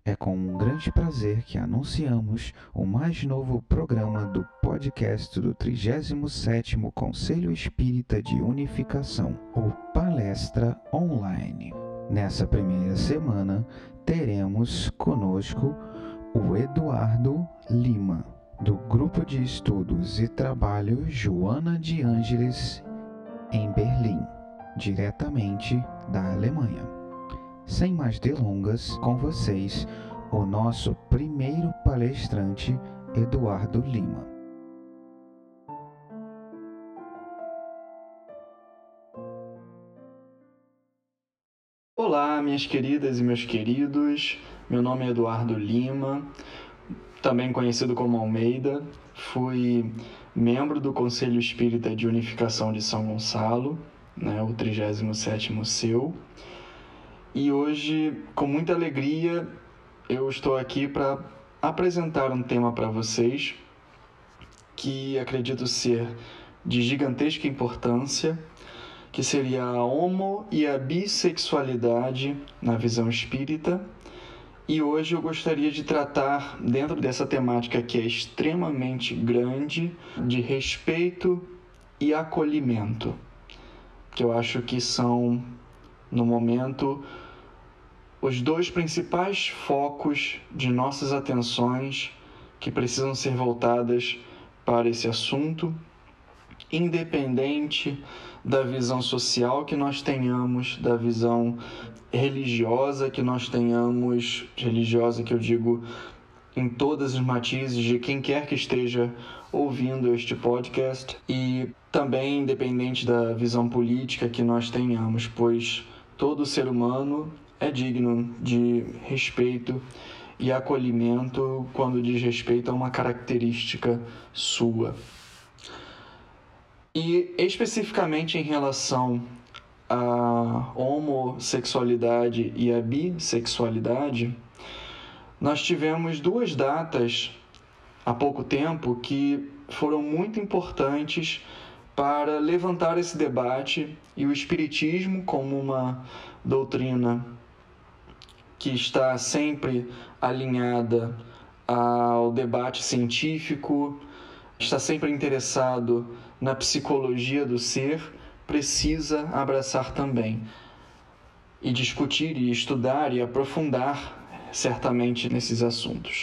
É com um grande prazer que anunciamos o mais novo programa do podcast do 37º Conselho Espírita de Unificação, o Palestra Online. Nessa primeira semana, teremos conosco o Eduardo Lima, do Grupo de Estudos e Trabalho Joana de Ângeles, em Berlim, diretamente da Alemanha. Sem mais delongas, com vocês, o nosso primeiro palestrante, Eduardo Lima. Olá, minhas queridas e meus queridos. Meu nome é Eduardo Lima, também conhecido como Almeida. Fui membro do Conselho Espírita de Unificação de São Gonçalo, o 37º CEU. E hoje, com muita alegria, eu estou aqui para apresentar um tema para vocês que acredito ser de gigantesca importância, que seria a homo e a bissexualidade na visão espírita. E hoje eu gostaria de tratar, dentro dessa temática que é extremamente grande, de respeito e acolhimento, que eu acho que são, no momento, os dois principais focos de nossas atenções que precisam ser voltadas para esse assunto, independente da visão social que nós tenhamos, da visão religiosa que nós tenhamos, religiosa que eu digo em todas os matizes de quem quer que esteja ouvindo este podcast, e também independente da visão política que nós tenhamos, pois todo ser humano é digno de respeito e acolhimento quando diz respeito a uma característica sua. E especificamente em relação à homossexualidade e à bissexualidade, nós tivemos duas datas há pouco tempo que foram muito importantes para levantar esse debate, e o Espiritismo, como uma doutrina que está sempre alinhada ao debate científico, está sempre interessado na psicologia do ser, precisa abraçar também e discutir e estudar e aprofundar certamente nesses assuntos.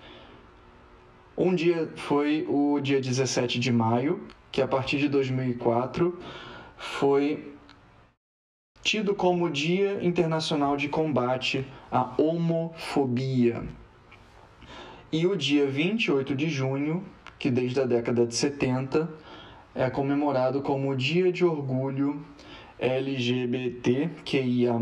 Um dia foi o dia 17 de maio, que a partir de 2004 foi tido como Dia Internacional de Combate à Homofobia. E o dia 28 de junho, que desde a década de 70 é comemorado como o Dia de Orgulho LGBTQIA+,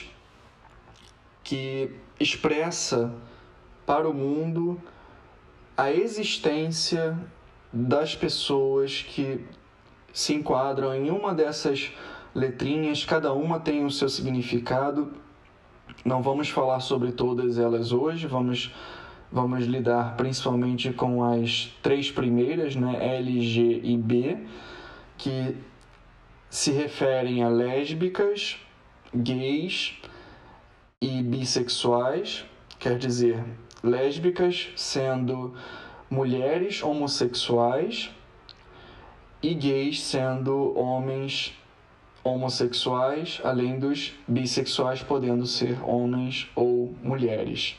que expressa para o mundo a existência das pessoas que se enquadram em uma dessas letrinhas. Cada uma tem o seu significado. Não vamos falar sobre todas elas hoje, vamos lidar principalmente com as três primeiras, L, G e B, que se referem a lésbicas, gays e bissexuais, quer dizer, lésbicas sendo mulheres homossexuais e gays sendo homens homossexuais, além dos bissexuais podendo ser homens ou mulheres.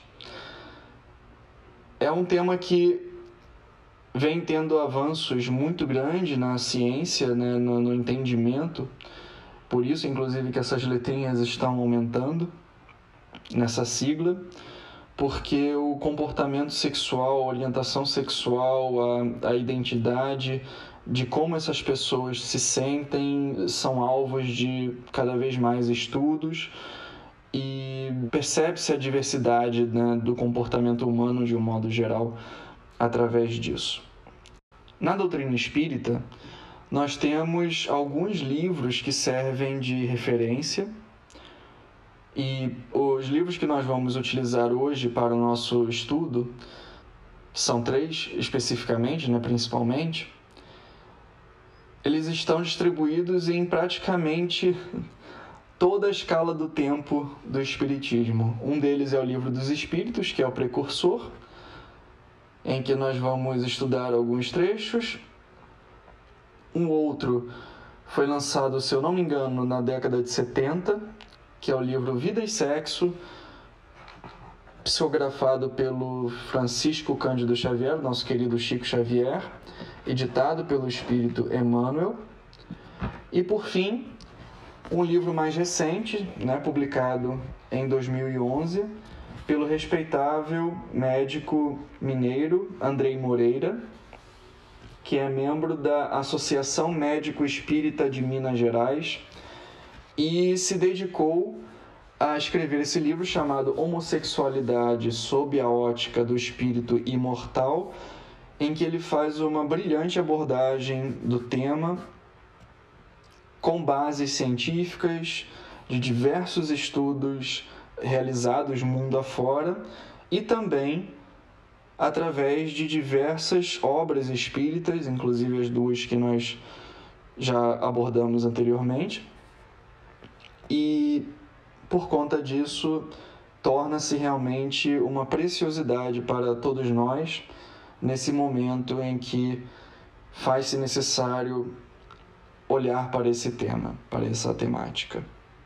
É um tema que vem tendo avanços muito grandes na ciência, no entendimento, por isso, inclusive, que essas letrinhas estão aumentando nessa sigla, porque o comportamento sexual, a orientação sexual, a identidade de como essas pessoas se sentem são alvos de cada vez mais estudos, e percebe-se a diversidade do comportamento humano de um modo geral através disso. Na doutrina espírita, nós temos alguns livros que servem de referência, e os livros que nós vamos utilizar hoje para o nosso estudo, são três especificamente, principalmente, eles estão distribuídos em praticamente toda a escala do tempo do Espiritismo. Um deles é o Livro dos Espíritos, que é o precursor, em que nós vamos estudar alguns trechos. Um outro foi lançado, se eu não me engano, na década de 70, que é o livro Vida e Sexo, psicografado pelo Francisco Cândido Xavier, nosso querido Chico Xavier, editado pelo Espírito Emmanuel. E, por fim, um livro mais recente, publicado em 2011, pelo respeitável médico mineiro Andrei Moreira, que é membro da Associação Médico Espírita de Minas Gerais, e se dedicou a escrever esse livro chamado Homossexualidade sob a ótica do espírito imortal, em que ele faz uma brilhante abordagem do tema com bases científicas de diversos estudos realizados mundo afora e também através de diversas obras espíritas, inclusive as duas que nós já abordamos anteriormente. E, por conta disso, torna-se realmente uma preciosidade para todos nós nesse momento em que faz-se necessário olhar para esse tema, para essa temática.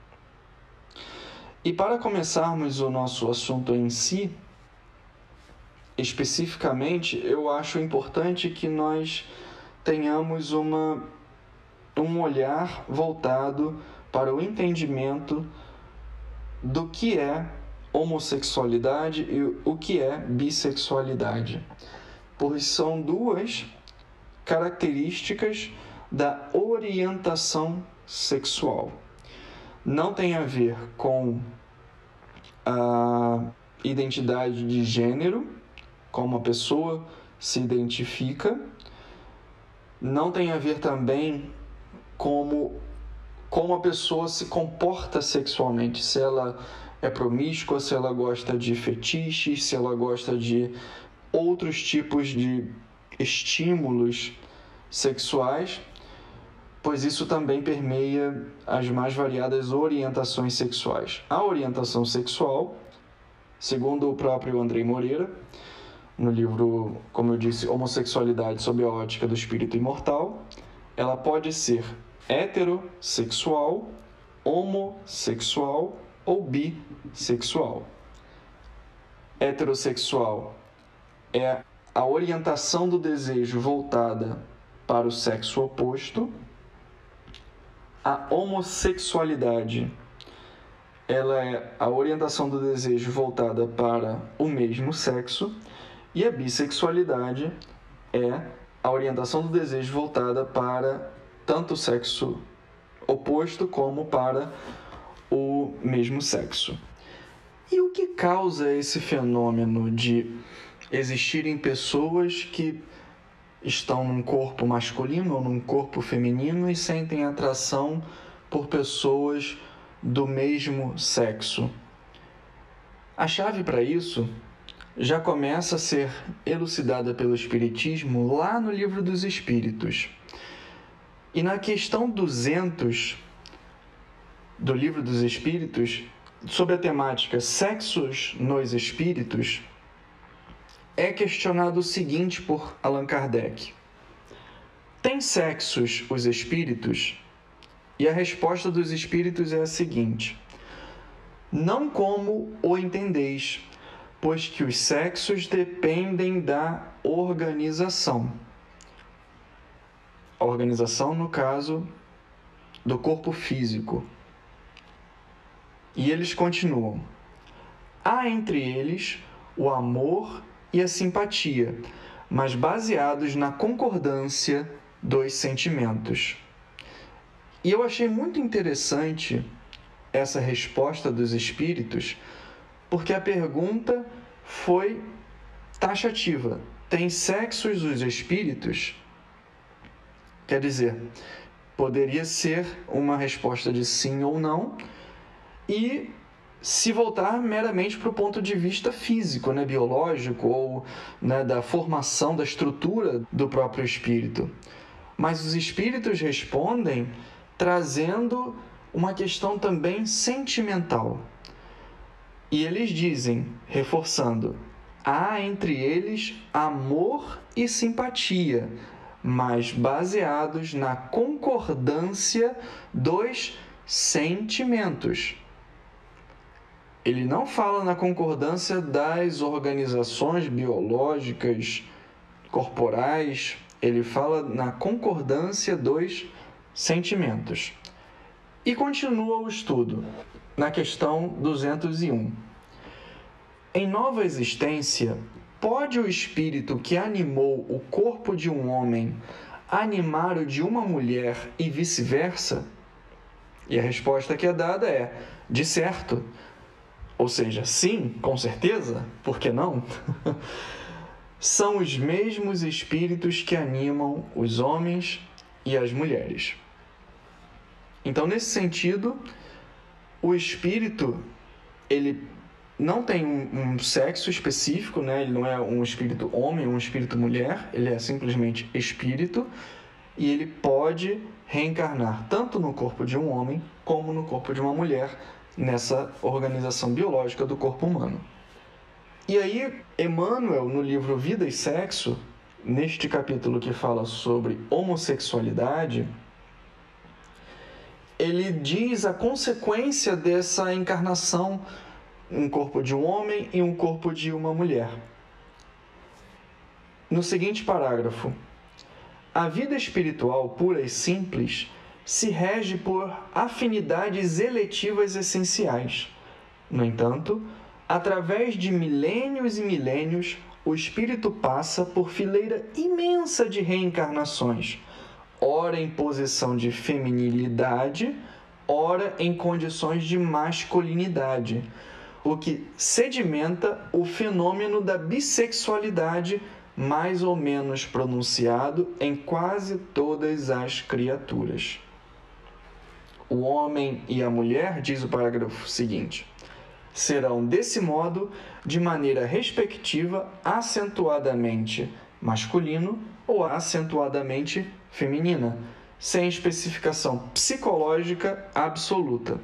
E para começarmos o nosso assunto em si, especificamente, eu acho importante que nós tenhamos um olhar voltado para o entendimento do que é homossexualidade e o que é bissexualidade, pois são duas características da orientação sexual. Não tem a ver com a identidade de gênero, como a pessoa se identifica, não tem a ver também como a pessoa se comporta sexualmente, se ela é promíscua, se ela gosta de fetiches, se ela gosta de outros tipos de estímulos sexuais, pois isso também permeia as mais variadas orientações sexuais. A orientação sexual, segundo o próprio Andrei Moreira, no livro, como eu disse, Homossexualidade sob a ótica do espírito imortal, ela pode ser heterossexual, homossexual ou bissexual. Heterossexual é a orientação do desejo voltada para o sexo oposto. A homossexualidade, ela é a orientação do desejo voltada para o mesmo sexo. E a bissexualidade é a orientação do desejo voltada para tanto o sexo oposto como para o mesmo sexo. E o que causa esse fenômeno de existirem pessoas que estão num corpo masculino ou num corpo feminino e sentem atração por pessoas do mesmo sexo? A chave para isso já começa a ser elucidada pelo Espiritismo lá no Livro dos Espíritos. E na questão 200 do Livro dos Espíritos, sobre a temática Sexos nos Espíritos, é questionado o seguinte por Allan Kardec: tem sexos os espíritos? E a resposta dos espíritos é a seguinte: não como o entendeis, pois que os sexos dependem da organização. A organização, no caso, do corpo físico. E eles continuam: há entre eles o amor e a simpatia, mas baseados na concordância dos sentimentos. E eu achei muito interessante essa resposta dos espíritos, porque a pergunta foi taxativa. Tem sexos os espíritos? Quer dizer, poderia ser uma resposta de sim ou não, e se voltar meramente para o ponto de vista físico, biológico, ou da formação da estrutura do próprio espírito. Mas os espíritos respondem trazendo uma questão também sentimental. E eles dizem, reforçando, há entre eles amor e simpatia, mas baseados na concordância dos sentimentos. Ele não fala na concordância das organizações biológicas, corporais, ele fala na concordância dos sentimentos. E continua o estudo, na questão 201. Em nova existência, pode o espírito que animou o corpo de um homem animar o de uma mulher e vice-versa? E a resposta que é dada é, de certo. Ou seja, sim, com certeza, por que não? São os mesmos espíritos que animam os homens e as mulheres. Então, nesse sentido, o espírito, ele não tem um sexo específico, né? Ele não é um espírito homem ou um espírito mulher, ele é simplesmente espírito, e ele pode reencarnar tanto no corpo de um homem como no corpo de uma mulher, nessa organização biológica do corpo humano. E aí, Emmanuel, no livro Vida e Sexo, neste capítulo que fala sobre homossexualidade, ele diz a consequência dessa encarnação, um corpo de um homem e um corpo de uma mulher. No seguinte parágrafo: a vida espiritual pura e simples se rege por afinidades eletivas essenciais. No entanto, através de milênios e milênios, o espírito passa por fileira imensa de reencarnações, ora em posição de feminilidade, ora em condições de masculinidade, o que sedimenta o fenômeno da bissexualidade mais ou menos pronunciado em quase todas as criaturas. O homem e a mulher, diz o parágrafo seguinte, serão desse modo, de maneira respectiva, acentuadamente masculino ou acentuadamente feminina, sem especificação psicológica absoluta.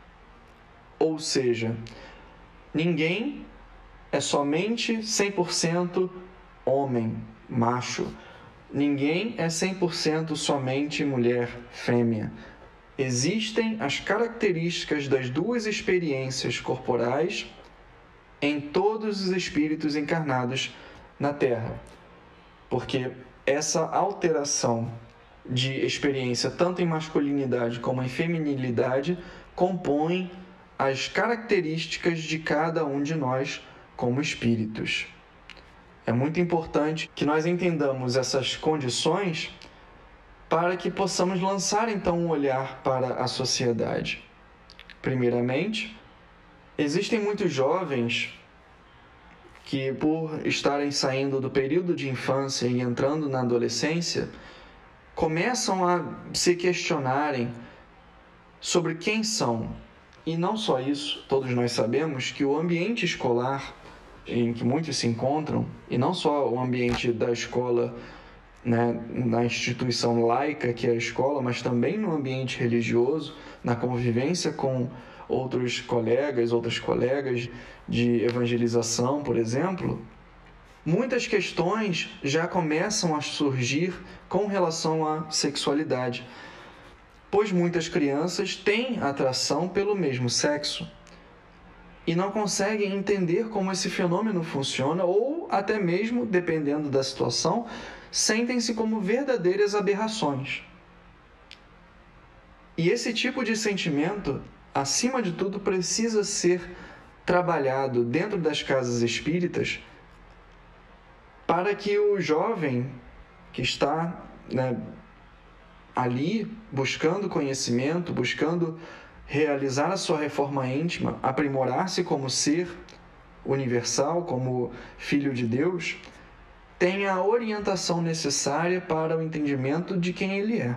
Ou seja, ninguém é somente 100% homem, macho. Ninguém é 100% somente mulher, fêmea. Existem as características das duas experiências corporais em todos os espíritos encarnados na Terra. Porque essa alteração de experiência, tanto em masculinidade como em feminilidade, compõe as características de cada um de nós como espíritos. É muito importante que nós entendamos essas condições para que possamos lançar então um olhar para a sociedade. Primeiramente, existem muitos jovens que, por estarem saindo do período de infância e entrando na adolescência, começam a se questionarem sobre quem são. E não só isso, todos nós sabemos que o ambiente escolar em que muitos se encontram, e não só o ambiente da escola, né, na instituição laica que é a escola, mas também no ambiente religioso, na convivência com outros colegas, outras colegas de evangelização, por exemplo, muitas questões já começam a surgir com relação à sexualidade, pois muitas crianças têm atração pelo mesmo sexo e não conseguem entender como esse fenômeno funciona, ou até mesmo, dependendo da situação, sentem-se como verdadeiras aberrações. E esse tipo de sentimento, acima de tudo, precisa ser trabalhado dentro das casas espíritas para que o jovem que está, ali buscando conhecimento, buscando realizar a sua reforma íntima, aprimorar-se como ser universal, como filho de Deus, tenha a orientação necessária para o entendimento de quem ele é.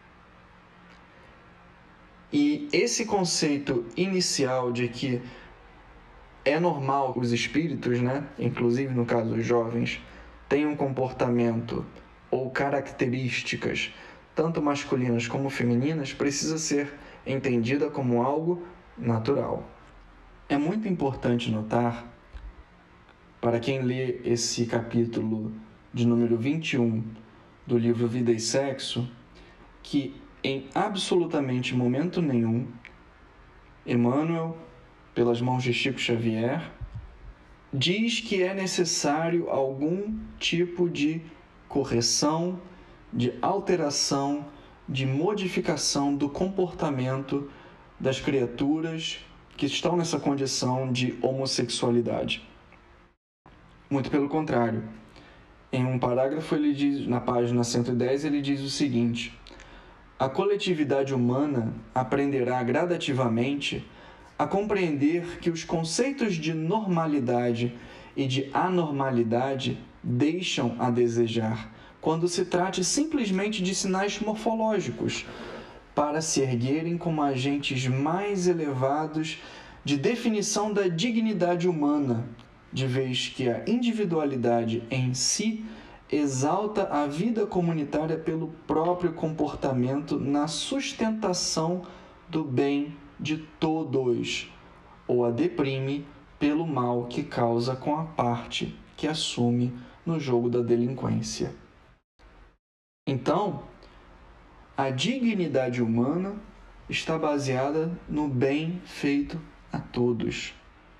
E esse conceito inicial de que é normal os espíritos, inclusive no caso os jovens, tenham um comportamento ou características tanto masculinas como femininas, precisa ser entendida como algo natural. É muito importante notar, para quem lê esse capítulo de número 21 do livro Vida e Sexo, que em absolutamente momento nenhum, Emmanuel, pelas mãos de Chico Xavier, diz que é necessário algum tipo de correção, de alteração, de modificação do comportamento das criaturas que estão nessa condição de homossexualidade. Muito pelo contrário. Em um parágrafo, ele diz, na página 110, ele diz o seguinte: a coletividade humana aprenderá gradativamente a compreender que os conceitos de normalidade e de anormalidade deixam a desejar quando se trate simplesmente de sinais morfológicos, para se erguerem como agentes mais elevados de definição da dignidade humana, de vez que a individualidade em si exalta a vida comunitária pelo próprio comportamento na sustentação do bem de todos, ou a deprime pelo mal que causa com a parte que assume no jogo da delinquência. Então, a dignidade humana está baseada no bem feito a todos.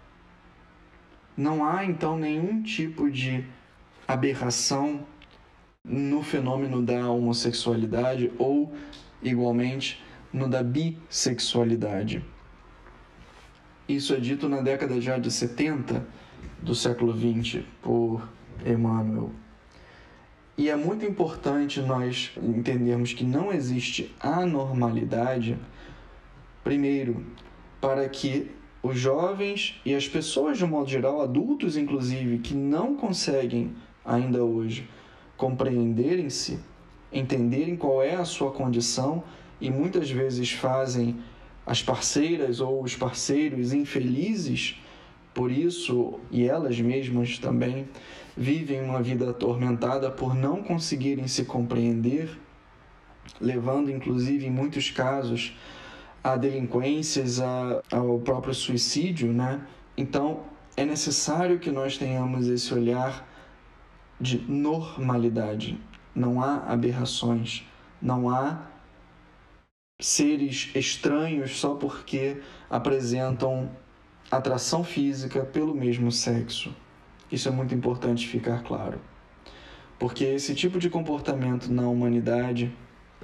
Não há, então, nenhum tipo de aberração no fenômeno da homossexualidade ou, igualmente, no da bissexualidade. Isso é dito na década já de 70 do século XX por Emmanuel. E é muito importante nós entendermos que não existe anormalidade, primeiro, para que os jovens e as pessoas de um modo geral, adultos inclusive, que não conseguem ainda hoje compreenderem-se, entenderem qual é a sua condição e muitas vezes fazem as parceiras ou os parceiros infelizes por isso, e elas mesmas também vivem uma vida atormentada por não conseguirem se compreender, levando inclusive em muitos casos a delinquências, ao próprio suicídio, né? Então, é necessário que nós tenhamos esse olhar de normalidade. Não há aberrações, não há seres estranhos só porque apresentam atração física pelo mesmo sexo. Isso é muito importante ficar claro. Porque esse tipo de comportamento na humanidade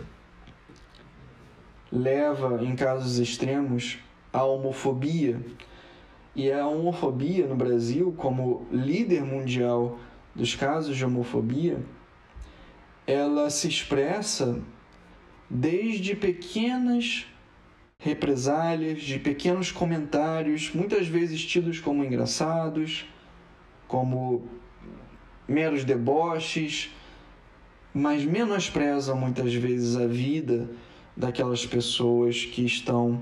leva, em casos extremos, à homofobia. E a homofobia no Brasil, como líder mundial dos casos de homofobia, ela se expressa desde pequenas represálias, de pequenos comentários, muitas vezes tidos como engraçados, como meros deboches, mas menosprezam muitas vezes a vida daquelas pessoas que estão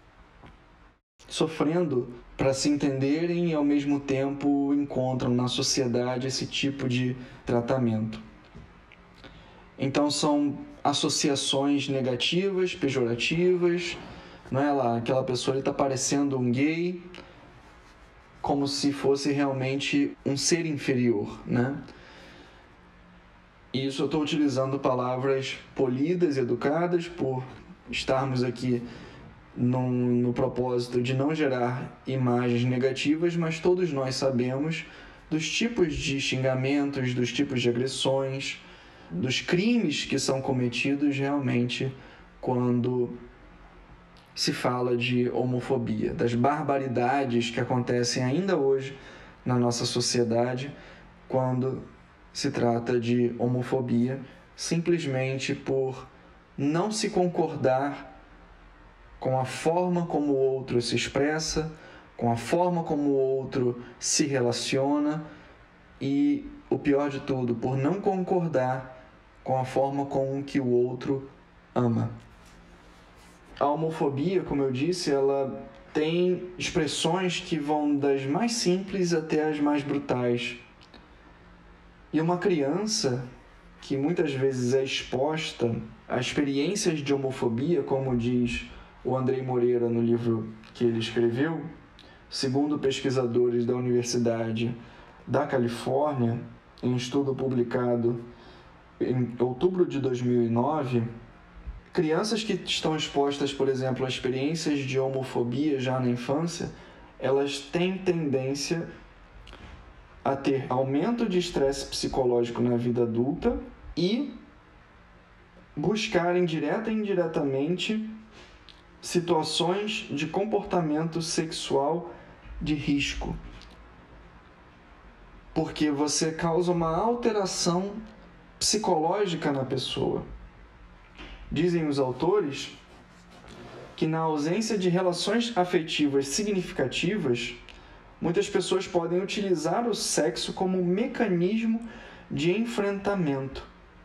sofrendo para se entenderem e ao mesmo tempo encontram na sociedade esse tipo de tratamento. Então são associações negativas, pejorativas, não é lá, aquela pessoa está parecendo um gay, como se fosse realmente um ser inferior, né? E isso eu estou utilizando palavras polidas, educadas, por estarmos aqui no propósito de não gerar imagens negativas, mas todos nós sabemos dos tipos de xingamentos, dos tipos de agressões, dos crimes que são cometidos realmente quando se fala de homofobia, das barbaridades que acontecem ainda hoje na nossa sociedade quando se trata de homofobia, simplesmente por não se concordar com a forma como o outro se expressa, com a forma como o outro se relaciona e, o pior de tudo, por não concordar com a forma com que o outro ama. A homofobia, como eu disse, ela tem expressões que vão das mais simples até as mais brutais. E uma criança que muitas vezes é exposta a experiências de homofobia, como diz o Andrei Moreira no livro que ele escreveu, segundo pesquisadores da Universidade da Califórnia, em um estudo publicado em outubro de 2009, crianças que estão expostas, por exemplo, a experiências de homofobia já na infância, elas têm tendência a ter aumento de estresse psicológico na vida adulta e buscarem direta e indiretamente situações de comportamento sexual de risco. Porque você causa uma alteração psicológica na pessoa. Dizem os autores que na ausência de relações afetivas significativas, muitas pessoas podem utilizar o sexo como mecanismo de enfrentamento.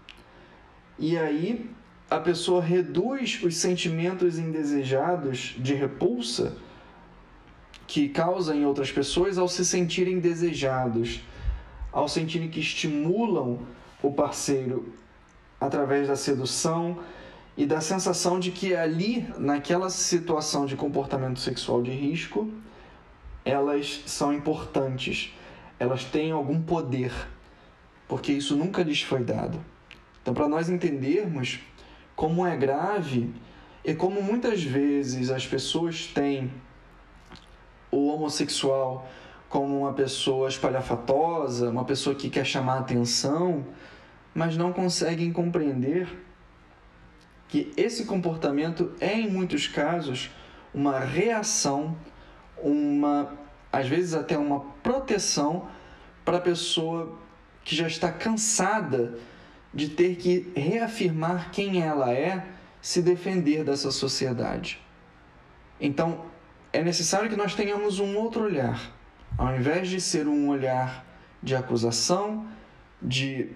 E aí a pessoa reduz os sentimentos indesejados de repulsa que causa em outras pessoas ao se sentirem desejados, ao sentirem que estimulam o parceiro através da sedução e da sensação de que ali, naquela situação de comportamento sexual de risco, elas são importantes, elas têm algum poder, porque isso nunca lhes foi dado. Então, para nós entendermos como é grave e como muitas vezes as pessoas têm o homossexual como uma pessoa espalhafatosa, uma pessoa que quer chamar atenção, mas não conseguem compreender que esse comportamento é, em muitos casos, uma reação, às vezes até uma proteção para a pessoa que já está cansada de ter que reafirmar quem ela é, se defender dessa sociedade. Então, é necessário que nós tenhamos um outro olhar. Ao invés de ser um olhar de acusação, de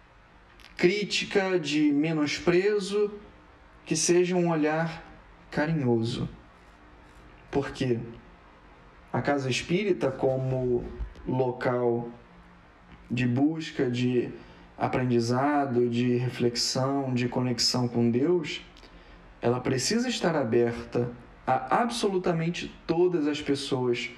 crítica, de menosprezo, que seja um olhar carinhoso. Porque a casa espírita, como local de busca, de aprendizado, de reflexão, de conexão com Deus, ela precisa estar aberta a absolutamente todas as pessoas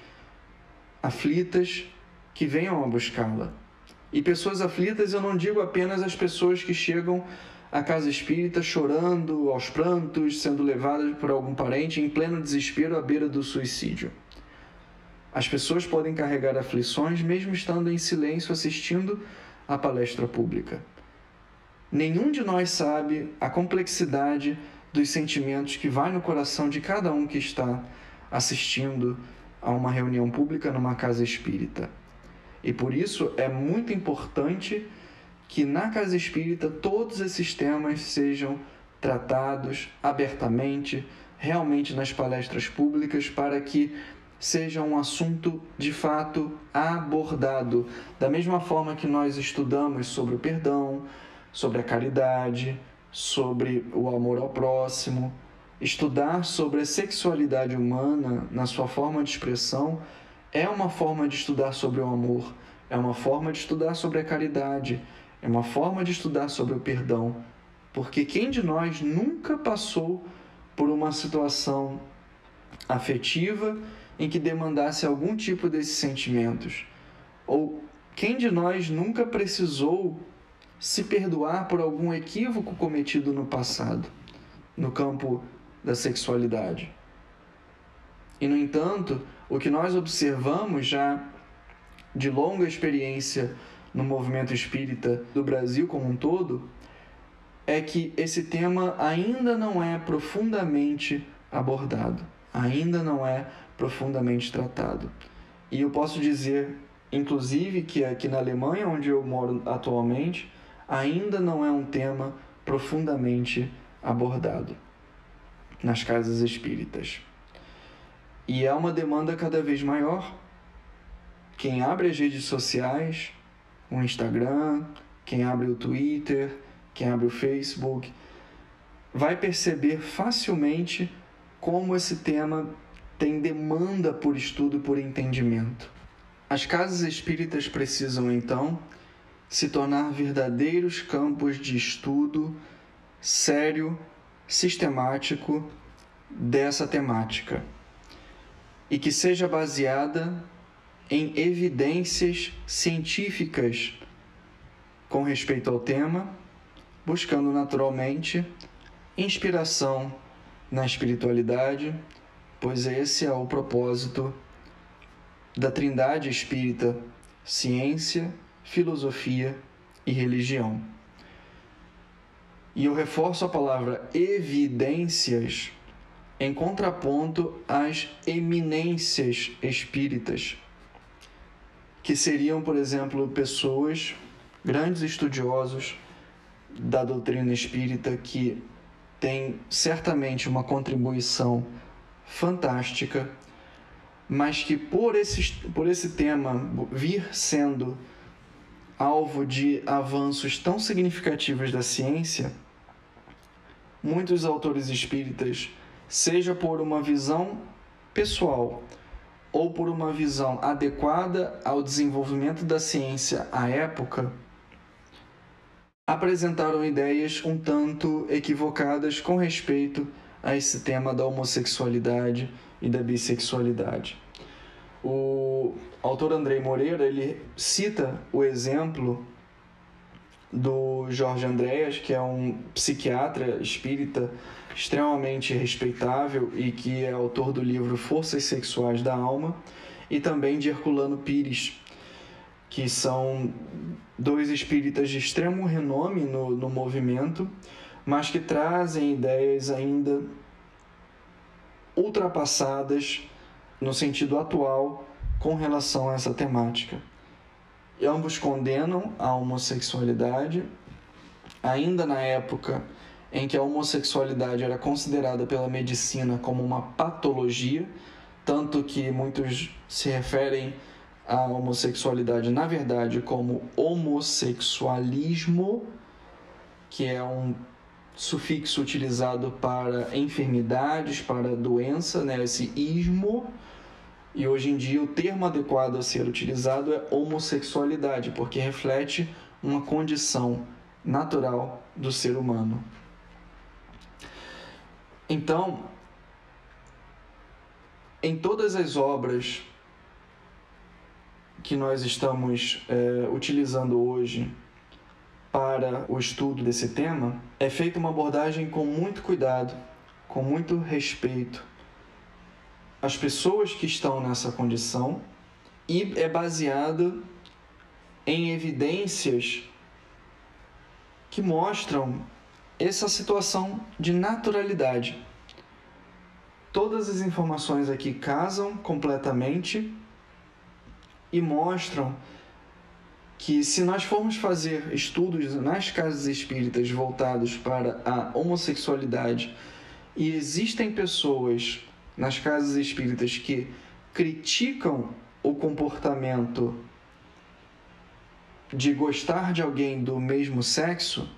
aflitas que venham a buscá-la. E pessoas aflitas eu não digo apenas as pessoas que chegam à casa espírita chorando aos prantos, sendo levadas por algum parente em pleno desespero à beira do suicídio. As pessoas podem carregar aflições mesmo estando em silêncio assistindo à palestra pública. Nenhum de nós sabe a complexidade dos sentimentos que vai no coração de cada um que está assistindo a uma reunião pública numa casa espírita. E por isso é muito importante que na casa espírita todos esses temas sejam tratados abertamente, realmente nas palestras públicas, para que seja um assunto de fato abordado. Da mesma forma que nós estudamos sobre o perdão, sobre a caridade, sobre o amor ao próximo, estudar sobre a sexualidade humana na sua forma de expressão é uma forma de estudar sobre o amor, é uma forma de estudar sobre a caridade, é uma forma de estudar sobre o perdão, porque quem de nós nunca passou por uma situação afetiva em que demandasse algum tipo desses sentimentos? Ou quem de nós nunca precisou se perdoar por algum equívoco cometido no passado, no campo da sexualidade? E, no entanto, o que nós observamos já de longa experiência no movimento espírita do Brasil como um todo é que esse tema ainda não é profundamente abordado, ainda não é profundamente tratado. E eu posso dizer, inclusive, que aqui na Alemanha, onde eu moro atualmente, ainda não é um tema profundamente abordado nas casas espíritas. E é uma demanda cada vez maior. Quem abre as redes sociais, o Instagram, quem abre o Twitter, quem abre o Facebook, vai perceber facilmente como esse tema tem demanda por estudo e por entendimento. As casas espíritas precisam, então, se tornar verdadeiros campos de estudo sério, sistemático, dessa temática e que seja baseada em evidências científicas com respeito ao tema, buscando naturalmente inspiração na espiritualidade, pois esse é o propósito da Trindade Espírita: ciência, filosofia e religião. E eu reforço a palavra evidências em contraponto às eminências espíritas, que seriam, por exemplo, pessoas, grandes estudiosos da doutrina espírita, que têm certamente uma contribuição fantástica, mas que por esse tema vir sendo alvo de avanços tão significativos da ciência, muitos autores espíritas, seja por uma visão pessoal ou por uma visão adequada ao desenvolvimento da ciência à época, apresentaram ideias um tanto equivocadas com respeito a esse tema da homossexualidade e da bissexualidade. O autor Andrei Moreira, ele cita o exemplo do Jorge Andréas, que é um psiquiatra espírita extremamente respeitável e que é autor do livro Forças Sexuais da Alma, e também de Herculano Pires, que são dois espíritas de extremo renome no movimento, mas que trazem ideias ainda ultrapassadas no sentido atual com relação a essa temática. E ambos condenam a homossexualidade, ainda na época em que a homossexualidade era considerada pela medicina como uma patologia, tanto que muitos se referem à homossexualidade, na verdade, como homossexualismo, que é um sufixo utilizado para enfermidades, para doença, né? Esse ismo. E hoje em dia o termo adequado a ser utilizado é homossexualidade, porque reflete uma condição natural do ser humano. Então, em todas as obras que nós estamos utilizando hoje para o estudo desse tema, é feita uma abordagem com muito cuidado, com muito respeito às pessoas que estão nessa condição, e é baseada em evidências que mostram essa situação de naturalidade. Todas as informações aqui casam completamente e mostram que, se nós formos fazer estudos nas casas espíritas voltados para a homossexualidade, e existem pessoas nas casas espíritas que criticam o comportamento de gostar de alguém do mesmo sexo,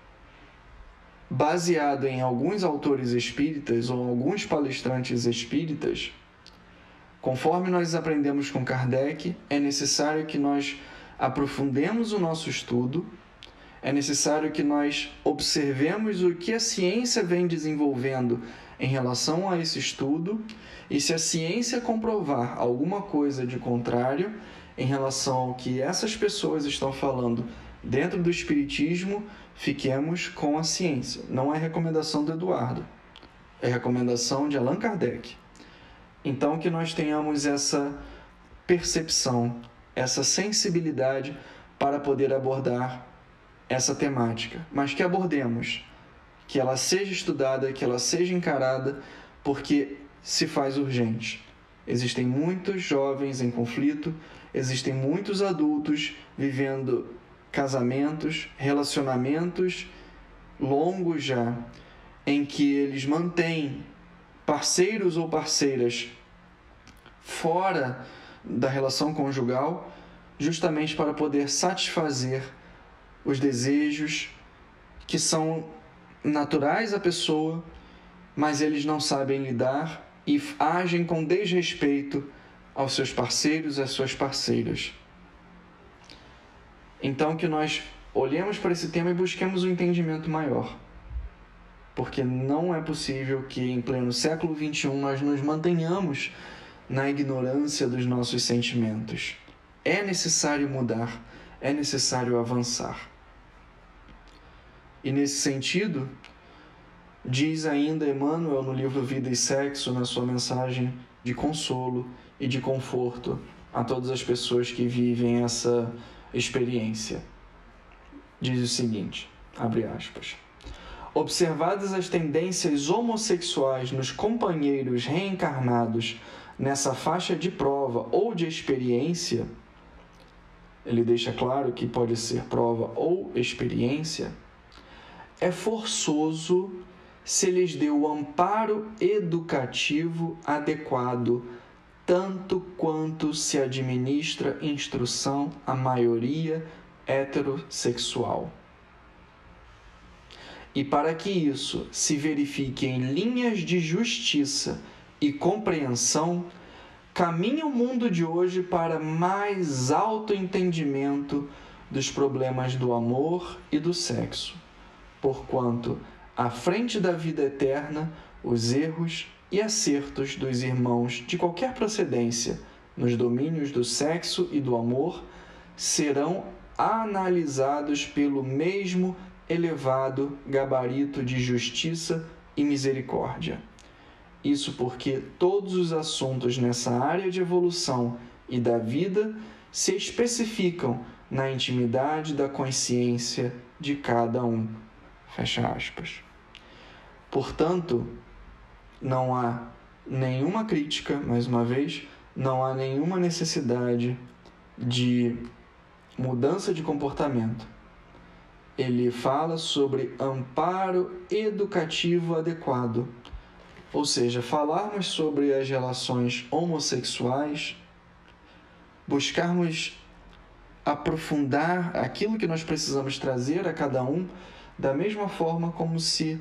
baseado em alguns autores espíritas ou alguns palestrantes espíritas, conforme nós aprendemos com Kardec, é necessário que nós aprofundemos o nosso estudo, é necessário que nós observemos o que a ciência vem desenvolvendo em relação a esse estudo, e se a ciência comprovar alguma coisa de contrário em relação ao que essas pessoas estão falando dentro do espiritismo, fiquemos com a ciência. Não é recomendação do Eduardo, é recomendação de Allan Kardec. Então, que nós tenhamos essa percepção, essa sensibilidade para poder abordar essa temática, mas que abordemos, que ela seja estudada, que ela seja encarada, porque se faz urgente. Existem muitos jovens em conflito, existem muitos adultos vivendo casamentos, relacionamentos longos já, em que eles mantêm parceiros ou parceiras fora da relação conjugal, justamente para poder satisfazer os desejos que são naturais à pessoa, mas eles não sabem lidar e agem com desrespeito aos seus parceiros e às suas parceiras. Então, que nós olhemos para esse tema e busquemos um entendimento maior. porque não é possível que em pleno século XXI nós nos mantenhamos na ignorância dos nossos sentimentos. É necessário mudar, é necessário avançar. E nesse sentido, diz ainda Emmanuel no livro Vida e Sexo, na sua mensagem de consolo e de conforto a todas as pessoas que vivem essa experiência. Diz o seguinte, abre aspas: observadas as tendências homossexuais nos companheiros reencarnados nessa faixa de prova ou de experiência, ele deixa claro que pode ser prova ou experiência, é forçoso se lhes dê o amparo educativo adequado, tanto quanto se administra instrução à maioria heterossexual. E para que isso se verifique em linhas de justiça e compreensão, caminha o mundo de hoje para mais alto entendimento dos problemas do amor e do sexo, porquanto, à frente da vida eterna, os erros e acertos dos irmãos de qualquer procedência nos domínios do sexo e do amor serão analisados pelo mesmo elevado gabarito de justiça e misericórdia. Isso porque todos os assuntos nessa área de evolução e da vida se especificam na intimidade da consciência de cada um. Fecha aspas. Portanto, não há nenhuma crítica, mais uma vez, não há nenhuma necessidade de mudança de comportamento. Ele fala sobre amparo educativo adequado, ou seja, falarmos sobre as relações homossexuais, buscarmos aprofundar aquilo que nós precisamos trazer a cada um, da mesma forma como se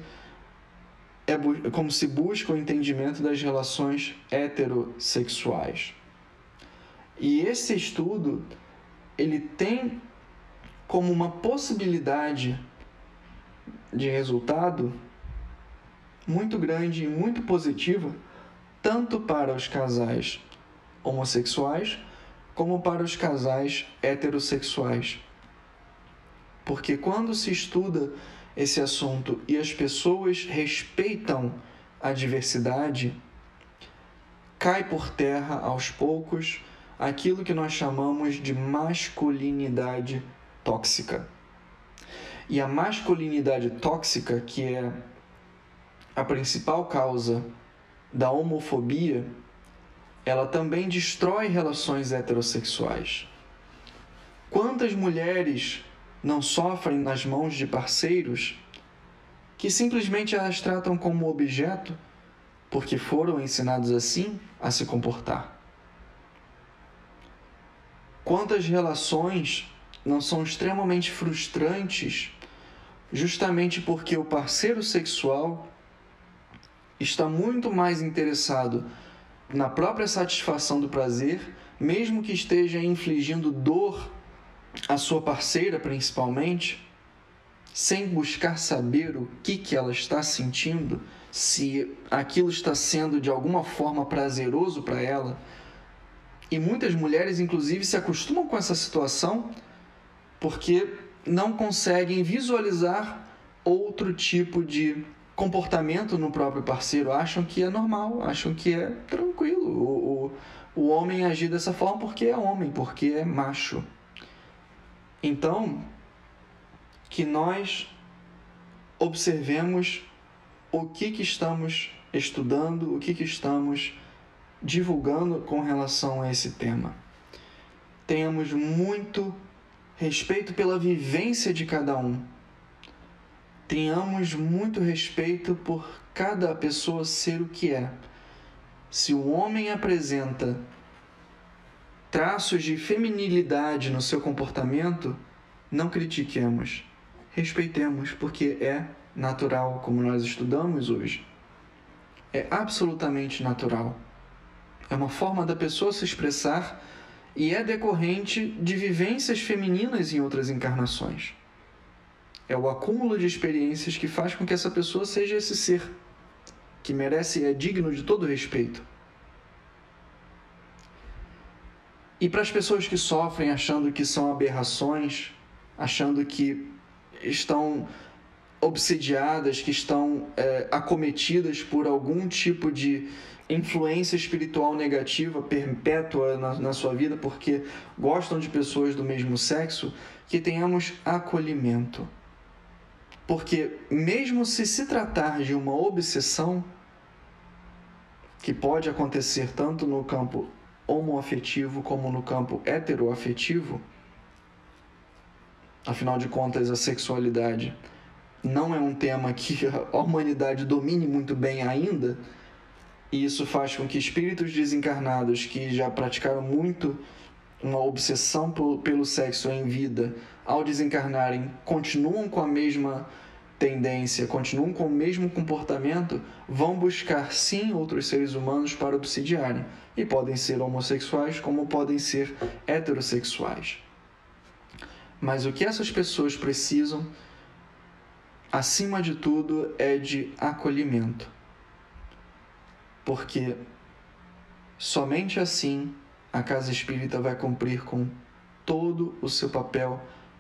busca o entendimento das relações heterossexuais. E esse estudo, ele tem como uma possibilidade de resultado muito grande e muito positiva, tanto para os casais homossexuais como para os casais heterossexuais. Porque quando se estuda esse assunto e as pessoas respeitam a diversidade, cai por terra aos poucos aquilo que nós chamamos de masculinidade tóxica. E a masculinidade tóxica, que é a principal causa da homofobia, ela também destrói relações heterossexuais. Quantas mulheres não sofrem nas mãos de parceiros que simplesmente as tratam como objeto porque foram ensinados assim a se comportar? Quantas relações não são extremamente frustrantes justamente porque o parceiro sexual está muito mais interessado na própria satisfação do prazer, mesmo que esteja infligindo dor à sua parceira principalmente, sem buscar saber o que ela está sentindo, se aquilo está sendo de alguma forma prazeroso para ela. E muitas mulheres, inclusive, se acostumam com essa situação porque não conseguem visualizar outro tipo de comportamento no próprio parceiro, acham que é normal, acham que é tranquilo o homem agir dessa forma porque é homem, porque é macho. Então, que nós observemos o que estamos estudando, o que estamos divulgando com relação a esse tema. Tenhamos muito respeito pela vivência de cada um. Tenhamos muito respeito por cada pessoa ser o que é. Se o homem apresenta traços de feminilidade no seu comportamento, não critiquemos, respeitemos, porque é natural, como nós estudamos hoje. É absolutamente natural. É uma forma da pessoa se expressar e é decorrente de vivências femininas em outras encarnações. É o acúmulo de experiências que faz com que essa pessoa seja esse ser que merece e é digno de todo respeito. E para as pessoas que sofrem achando que são aberrações, achando que estão obsediadas, que estão acometidas por algum tipo de influência espiritual negativa perpétua na sua vida, porque gostam de pessoas do mesmo sexo, que tenhamos acolhimento. Porque mesmo se tratar de uma obsessão, que pode acontecer tanto no campo homoafetivo como no campo heteroafetivo, afinal de contas a sexualidade não é um tema que a humanidade domine muito bem ainda, e isso faz com que espíritos desencarnados que já praticaram muito uma obsessão pelo sexo em vida, ao desencarnarem, continuam com a mesma tendência, continuam com o mesmo comportamento, vão buscar sim outros seres humanos para obsidiarem. E podem ser homossexuais como podem ser heterossexuais. Mas o que essas pessoas precisam, acima de tudo, é de acolhimento. Porque somente assim a casa espírita vai cumprir com todo o seu papel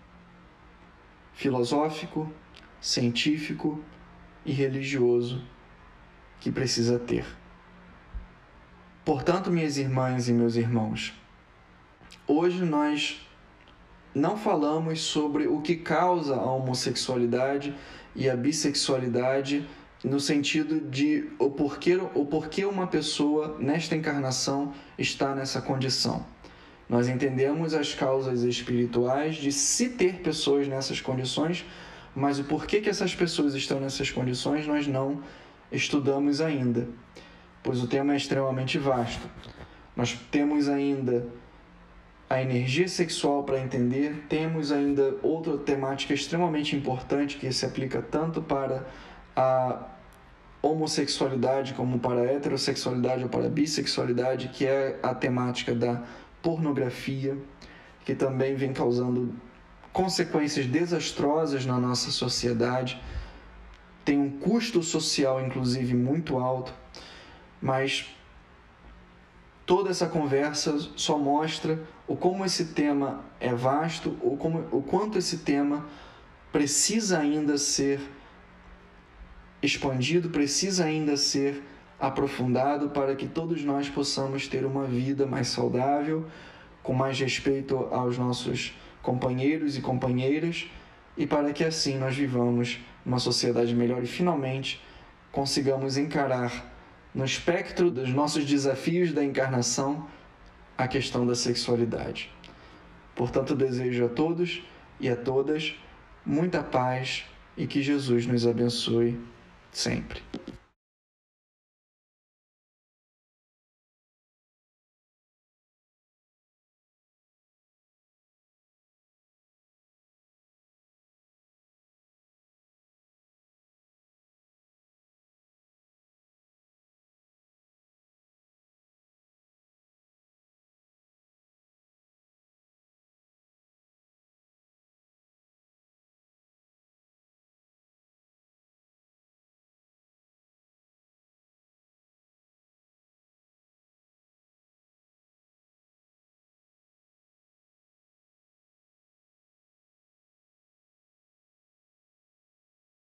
filosófico, científico e religioso que precisa ter. Portanto, minhas irmãs e meus irmãos, hoje nós não falamos sobre o que causa a homossexualidade e a bissexualidade no sentido de o porquê uma pessoa nesta encarnação está nessa condição. Nós entendemos as causas espirituais de se ter pessoas nessas condições, mas o porquê que essas pessoas estão nessas condições nós não estudamos ainda, pois o tema é extremamente vasto. Nós temos ainda a energia sexual para entender, temos ainda outra temática extremamente importante que se aplica tanto para a homossexualidade como para a heterossexualidade ou para a bissexualidade, que é a temática da pornografia, que também vem causando consequências desastrosas na nossa sociedade, tem um custo social, inclusive, muito alto, mas toda essa conversa só mostra o como esse tema é vasto, o quanto esse tema precisa ainda ser expandido, precisa ainda ser aprofundado para que todos nós possamos ter uma vida mais saudável, com mais respeito aos nossos companheiros e companheiras, e para que assim nós vivamos uma sociedade melhor e finalmente consigamos encarar no espectro dos nossos desafios da encarnação a questão da sexualidade. Portanto, desejo a todos e a todas muita paz e que Jesus nos abençoe sempre.